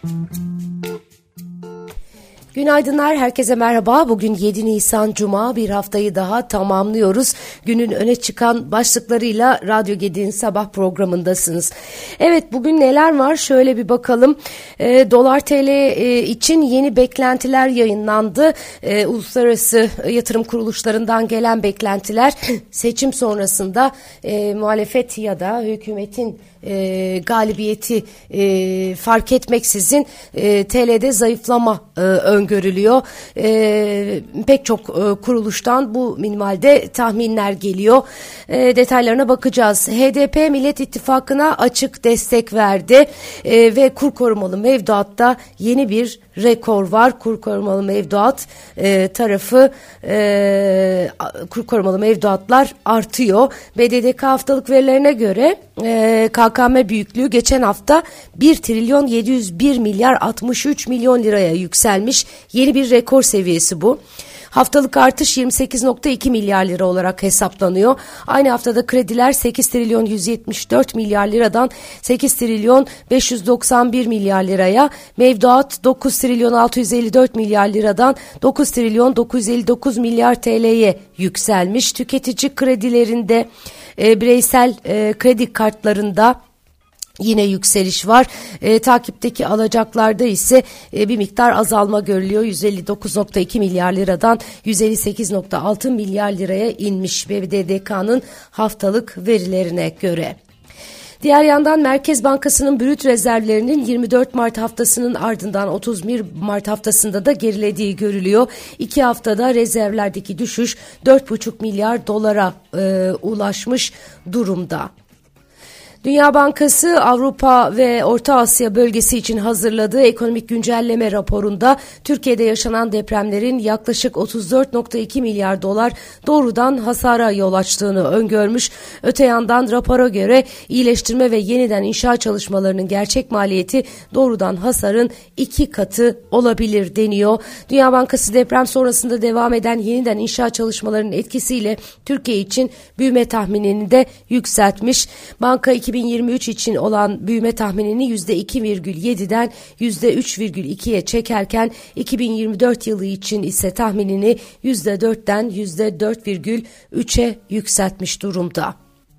Günaydınlar, herkese merhaba. Bugün 7 Nisan Cuma, bir haftayı daha tamamlıyoruz. Günün öne çıkan başlıklarıyla Radyo Gedi'nin sabah programındasınız. Evet, bugün neler var? Şöyle bir bakalım. Dolar TL için yeni beklentiler yayınlandı. Uluslararası yatırım kuruluşlarından gelen beklentiler seçim sonrasında muhalefet ya da hükümetin galibiyeti fark etmeksizin TL'de zayıflama öngörülüyor. Pek çok kuruluştan bu minvalde tahminler geliyor. Detaylarına bakacağız. HDP Millet İttifakı'na açık destek verdi ve kur korumalı mevduatta yeni bir rekor var. Kur korumalı mevduat tarafı kur korumalı mevduatlar artıyor. BDDK haftalık verilerine göre KKM büyüklüğü geçen hafta 1 trilyon 701 milyar 63 milyon liraya yükselmiş. Yeni bir rekor seviyesi bu. Haftalık artış 28.2 milyar lira olarak hesaplanıyor. Aynı haftada krediler 8 trilyon 174 milyar liradan 8 trilyon 591 milyar liraya, mevduat 9 trilyon 654 milyar liradan 9 trilyon 959 milyar TL'ye yükselmiş. Tüketici kredilerinde, bireysel kredi kartlarında yine yükseliş var. Takipteki alacaklarda ise bir miktar azalma görülüyor. 159.2 milyar liradan 158.6 milyar liraya inmiş BDDK'nın haftalık verilerine göre. Diğer yandan Merkez Bankası'nın brüt rezervlerinin 24 Mart haftasının ardından 31 Mart haftasında da gerilediği görülüyor. 2 haftada rezervlerdeki düşüş 4,5 milyar dolara ulaşmış durumda. Dünya Bankası Avrupa ve Orta Asya bölgesi için hazırladığı ekonomik güncelleme raporunda Türkiye'de yaşanan depremlerin yaklaşık 34,2 milyar dolar doğrudan hasara yol açtığını öngörmüş. Öte yandan rapora göre iyileştirme ve yeniden inşa çalışmalarının gerçek maliyeti doğrudan hasarın 2 katı olabilir deniyor. Dünya Bankası deprem sonrasında devam eden yeniden inşa çalışmalarının etkisiyle Türkiye için büyüme tahminini de yükseltmiş. Banka 2023 için olan büyüme tahminini %2,7'den %3,2'ye çekerken 2024 yılı için ise tahminini %4'ten %4,3'e yükseltmiş durumda.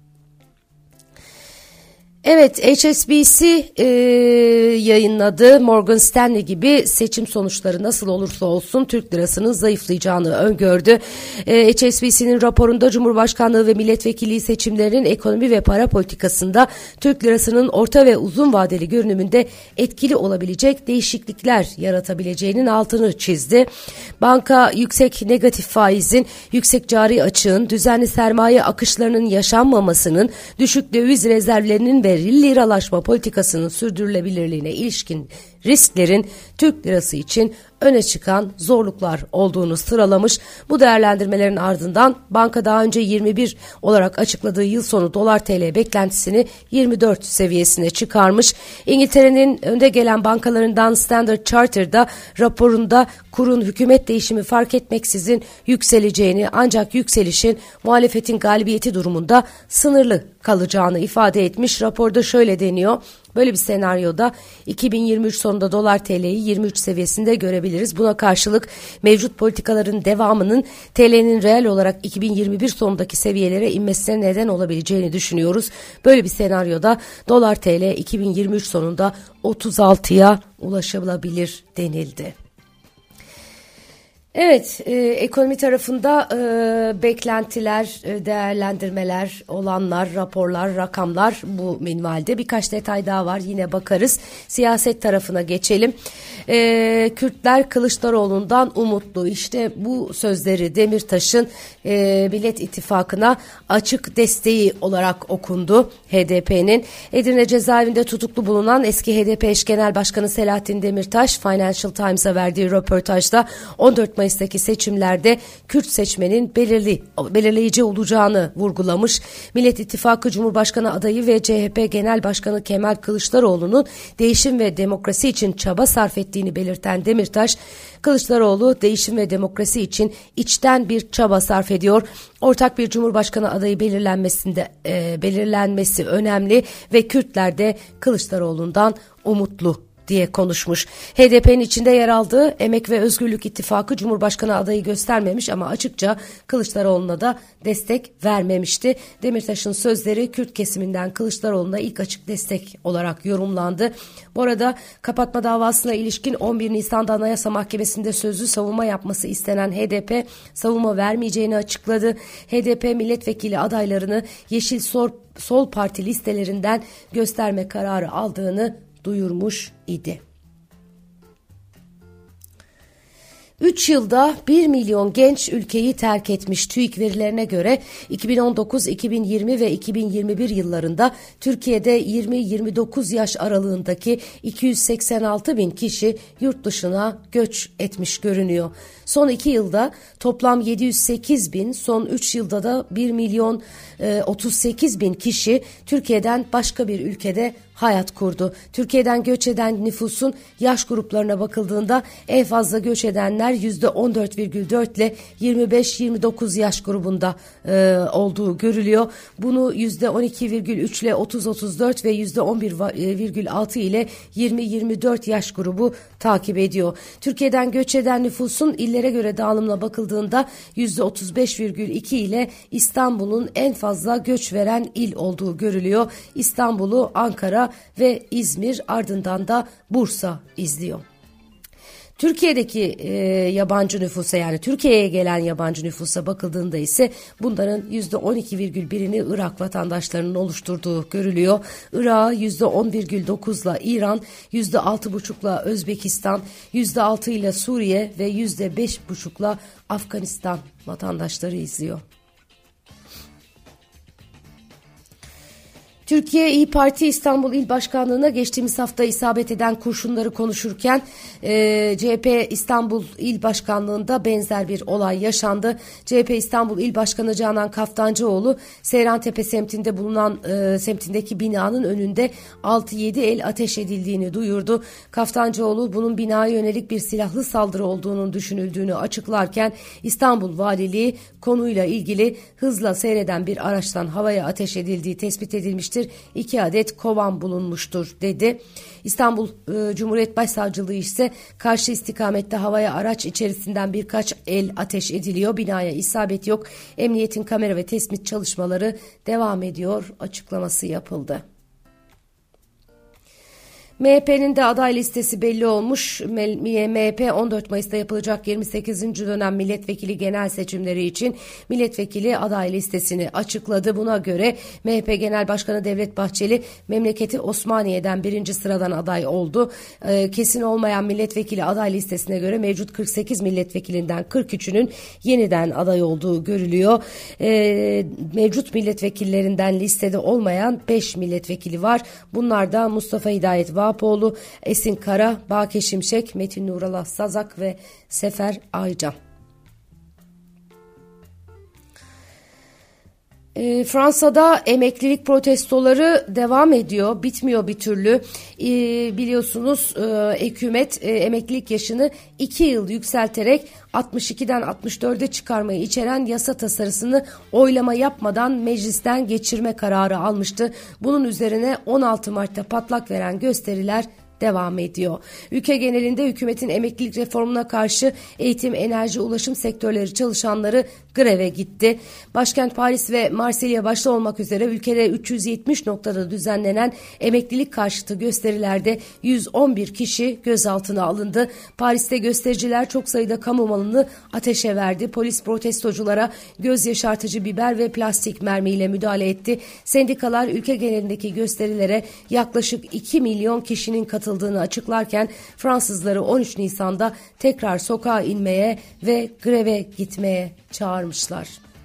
Evet, HSBC yayınladı. Morgan Stanley gibi seçim sonuçları nasıl olursa olsun Türk lirasının zayıflayacağını öngördü. HSBC'nin raporunda Cumhurbaşkanlığı ve milletvekilliği seçimlerinin ekonomi ve para politikasında Türk lirasının orta ve uzun vadeli görünümünde etkili olabilecek değişiklikler yaratabileceğinin altını çizdi. Banka yüksek negatif faizin, yüksek cari açığın, düzenli sermaye akışlarının yaşanmamasının, düşük döviz rezervlerinin ve liralaşma politikasının sürdürülebilirliğine ilişkin risklerin Türk lirası için öne çıkan zorluklar olduğunu sıralamış. Bu değerlendirmelerin ardından banka daha önce 21 olarak açıkladığı yıl sonu dolar TL beklentisini 24 seviyesine çıkarmış. İngiltere'nin önde gelen bankalarından Standard Chartered'da raporunda kurun hükümet değişimi fark etmeksizin yükseleceğini, ancak yükselişin muhalefetin galibiyeti durumunda sınırlı kalacağını ifade etmiş. Raporda şöyle deniyor: böyle bir senaryoda 2023 sonunda dolar TL'yi 23 seviyesinde görebiliriz. Buna karşılık mevcut politikaların devamının TL'nin reel olarak 2021 sonundaki seviyelere inmesine neden olabileceğini düşünüyoruz. Böyle bir senaryoda dolar TL 2023 sonunda 36'ya ulaşabilir denildi. Evet, ekonomi tarafında beklentiler, değerlendirmeler, olanlar, raporlar, rakamlar bu minvalde. Birkaç detay daha var, yine bakarız. Siyaset tarafına geçelim. Kürtler Kılıçdaroğlu'ndan umutlu. İşte bu sözleri Demirtaş'ın Millet İttifakı'na açık desteği olarak okundu. HDP'nin Edirne cezaevinde tutuklu bulunan eski HDP eş genel başkanı Selahattin Demirtaş, Financial Times'a verdiği röportajda 14 Mayıs'taki seçimlerde Kürt seçmenin belirleyici olacağını vurgulamış. Millet İttifakı Cumhurbaşkanı adayı ve CHP Genel Başkanı Kemal Kılıçdaroğlu'nun değişim ve demokrasi için çaba sarf ettiğini belirten Demirtaş, Kılıçdaroğlu değişim ve demokrasi için içten bir çaba sarf ediyor. Ortak bir Cumhurbaşkanı adayı belirlenmesi önemli ve Kürtler de Kılıçdaroğlu'ndan umutlu diye konuşmuş. HDP'nin içinde yer aldığı Emek ve Özgürlük İttifakı Cumhurbaşkanı adayı göstermemiş ama açıkça Kılıçdaroğlu'na da destek vermemişti. Demirtaş'ın sözleri Kürt kesiminden Kılıçdaroğlu'na ilk açık destek olarak yorumlandı. Bu arada kapatma davasına ilişkin 11 Nisan'da Anayasa Mahkemesi'nde sözlü savunma yapması istenen HDP savunma vermeyeceğini açıkladı. HDP milletvekili adaylarını Yeşil Sol Parti listelerinden gösterme kararı aldığını duyurmuş idi. 3 yılda 1 milyon genç ülkeyi terk etmiş. TÜİK verilerine göre 2019, 2020 ve 2021 yıllarında Türkiye'de 20-29 yaş aralığındaki 286 bin kişi yurt dışına göç etmiş görünüyor. Son 2 yılda toplam 708 bin, son 3 yılda da 1 milyon 38 bin kişi Türkiye'den başka bir ülkede hayat kurdu. Türkiye'den göç eden nüfusun yaş gruplarına bakıldığında en fazla göç edenler %14,4 ile 25-29 yaş grubunda olduğu görülüyor. Bunu %12,3 ile 30-34 ve %11,6 ile 20-24 yaş grubu takip ediyor. Türkiye'den göç eden nüfusun illere göre dağılımına bakıldığında %35,2 ile İstanbul'un en fazla göç veren il olduğu görülüyor. İstanbul'u Ankara ve İzmir, ardından da Bursa izliyor. Türkiye'deki yabancı nüfusa, yani Türkiye'ye gelen yabancı nüfusa bakıldığında ise bunların %12,1'ini Irak vatandaşlarının oluşturduğu görülüyor. Irak'ı %10,9'la İran, %6,5'la Özbekistan, %6'yla Suriye ve %5,5'la Afganistan vatandaşları izliyor. Türkiye İYİ Parti İstanbul İl Başkanlığı'na geçtiğimiz hafta isabet eden kurşunları konuşurken CHP İstanbul İl Başkanlığı'nda benzer bir olay yaşandı. CHP İstanbul İl Başkanı Canan Kaftancıoğlu Seyrantepe semtindeki binanın önünde 6-7 el ateş edildiğini duyurdu. Kaftancıoğlu bunun binaya yönelik bir silahlı saldırı olduğunun düşünüldüğünü açıklarken İstanbul Valiliği konuyla ilgili hızla seyreden bir araçtan havaya ateş edildiği tespit edilmiştir. 2 adet kovan bulunmuştur dedi. İstanbul Cumhuriyet Başsavcılığı ise karşı istikamette havaya araç içerisinden birkaç el ateş ediliyor. Binaya isabet yok. Emniyetin kamera ve tespit çalışmaları devam ediyor açıklaması yapıldı. MHP'nin de aday listesi belli olmuş. MHP 14 Mayıs'ta yapılacak 28. dönem milletvekili genel seçimleri için milletvekili aday listesini açıkladı. Buna göre MHP Genel Başkanı Devlet Bahçeli memleketi Osmaniye'den 1. sıradan aday oldu. Kesin olmayan milletvekili aday listesine göre mevcut 48 milletvekilinden 43'ünün yeniden aday olduğu görülüyor. Mevcut milletvekillerinden listede olmayan 5 milletvekili var. Bunlar da Mustafa Hidayet Vahapoğlu, Esin Kara, Baki Şimşek, Metin Nurallah Sazak ve Sefer Aycan. Fransa'da emeklilik protestoları devam ediyor, bitmiyor bir türlü. Biliyorsunuz hükümet emeklilik yaşını 2 yıl yükselterek 62'den 64'e çıkarmayı içeren yasa tasarısını oylama yapmadan meclisten geçirme kararı almıştı. Bunun üzerine 16 Mart'ta patlak veren gösteriler devam ediyor. Ülke genelinde hükümetin emeklilik reformuna karşı eğitim, enerji, ulaşım sektörleri çalışanları greve gitti. Başkent Paris ve Marsilya başta olmak üzere ülkede 370 noktada düzenlenen emeklilik karşıtı gösterilerde 111 kişi gözaltına alındı. Paris'te göstericiler çok sayıda kamu malını ateşe verdi. Polis protestoculara göz yaşartıcı biber ve plastik mermiyle müdahale etti. Sendikalar ülke genelindeki gösterilere yaklaşık 2 milyon kişinin katıldığını açıklarken Fransızları 13 Nisan'da tekrar sokağa inmeye ve greve gitmeye çağırmışlar.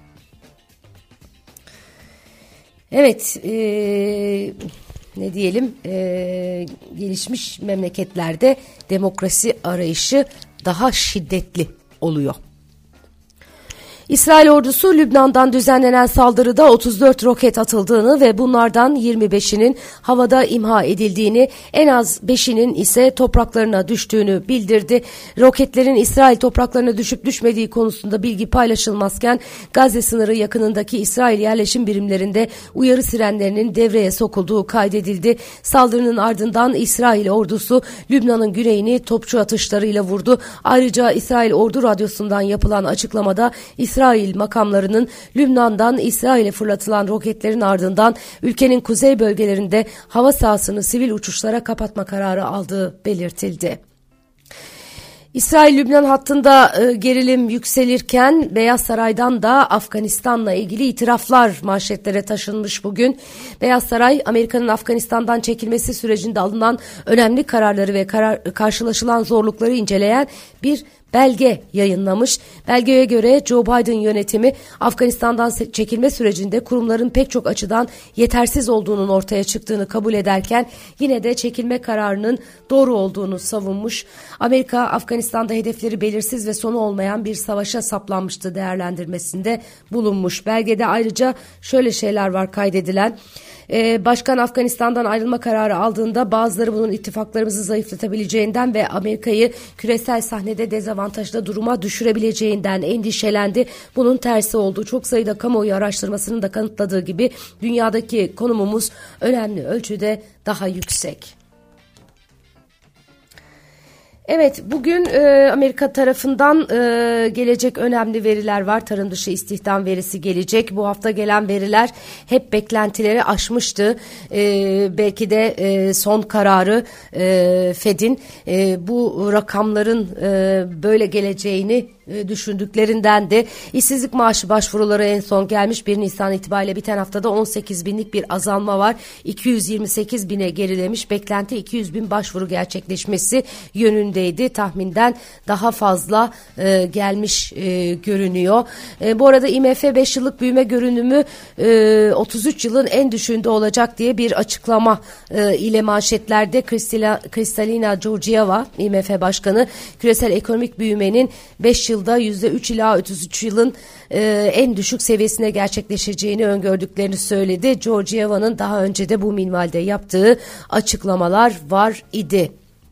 Evet, ne diyelim, gelişmiş memleketlerde demokrasi arayışı daha şiddetli oluyor. İsrail ordusu Lübnan'dan düzenlenen saldırıda 34 roket atıldığını ve bunlardan 25'inin havada imha edildiğini, en az 5'inin ise topraklarına düştüğünü bildirdi. Roketlerin İsrail topraklarına düşüp düşmediği konusunda bilgi paylaşılmazken Gazze sınırı yakınındaki İsrail yerleşim birimlerinde uyarı sirenlerinin devreye sokulduğu kaydedildi. Saldırının ardından İsrail ordusu Lübnan'ın güneyini topçu atışlarıyla vurdu. Ayrıca İsrail Ordu Radyosu'ndan yapılan açıklamada İsrail makamlarının Lübnan'dan İsrail'e fırlatılan roketlerin ardından ülkenin kuzey bölgelerinde hava sahasını sivil uçuşlara kapatma kararı aldığı belirtildi. İsrail-Lübnan hattında gerilim yükselirken Beyaz Saray'dan da Afganistan'la ilgili itiraflar manşetlere taşınmış bugün. Beyaz Saray, Amerika'nın Afganistan'dan çekilmesi sürecinde alınan önemli kararları ve karşılaşılan zorlukları inceleyen bir belge yayınlamış. Belgeye göre Joe Biden yönetimi Afganistan'dan çekilme sürecinde kurumların pek çok açıdan yetersiz olduğunun ortaya çıktığını kabul ederken yine de çekilme kararının doğru olduğunu savunmuş. Amerika, Afganistan'da hedefleri belirsiz ve sonu olmayan bir savaşa saplanmıştı değerlendirmesinde bulunmuş. Belgede ayrıca şöyle şeyler var kaydedilen. Başkan Afganistan'dan ayrılma kararı aldığında bazıları bunun ittifaklarımızı zayıflatabileceğinden ve Amerika'yı küresel sahnede dezavantajlı duruma düşürebileceğinden endişelendi. Bunun tersi oldu. Çok sayıda kamuoyu araştırmasının da kanıtladığı gibi dünyadaki konumumuz önemli ölçüde daha yüksek. Evet, bugün Amerika tarafından gelecek önemli veriler var. Tarım dışı istihdam verisi gelecek. Bu hafta gelen veriler hep beklentileri aşmıştı. Belki de son kararı Fed'in bu rakamların böyle geleceğini düşündüklerinden de işsizlik maaşı başvuruları en son gelmiş. 1 Nisan itibariyle biten haftada 18 binlik bir azalma var. 228 bine gerilemiş. Beklenti 200 bin başvuru gerçekleşmesi yönündeydi. Tahminden daha fazla gelmiş görünüyor. Bu arada IMF 5 yıllık büyüme görünümü 33 yılın en düşüğünde olacak diye bir açıklama ile manşetlerde. Kristalina Georgieva, IMF Başkanı, küresel ekonomik büyümenin 5 yılda %3 ila 33 yılın en düşük seviyesine gerçekleşeceğini öngördüklerini söyledi. Georgieva'nın daha önce de bu minvalde yaptığı açıklamalar var idi.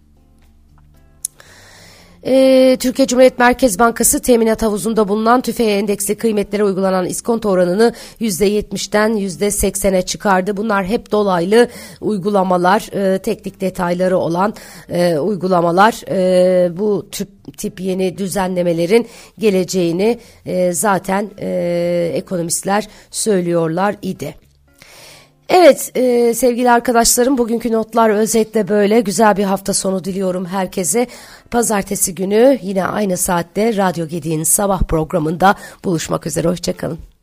Türkiye Cumhuriyet Merkez Bankası teminat havuzunda bulunan tüfe endeksli kıymetlere uygulanan iskonto oranını %70'den %80'e çıkardı. Bunlar hep dolaylı uygulamalar, teknik detayları olan uygulamalar. Bu tip yeni düzenlemelerin geleceğini zaten ekonomistler söylüyorlar idi. Evet sevgili arkadaşlarım, bugünkü notlar özetle böyle. Güzel bir hafta sonu diliyorum herkese. Pazartesi günü yine aynı saatte Radyo Gedi'nin sabah programında buluşmak üzere. Hoşçakalın.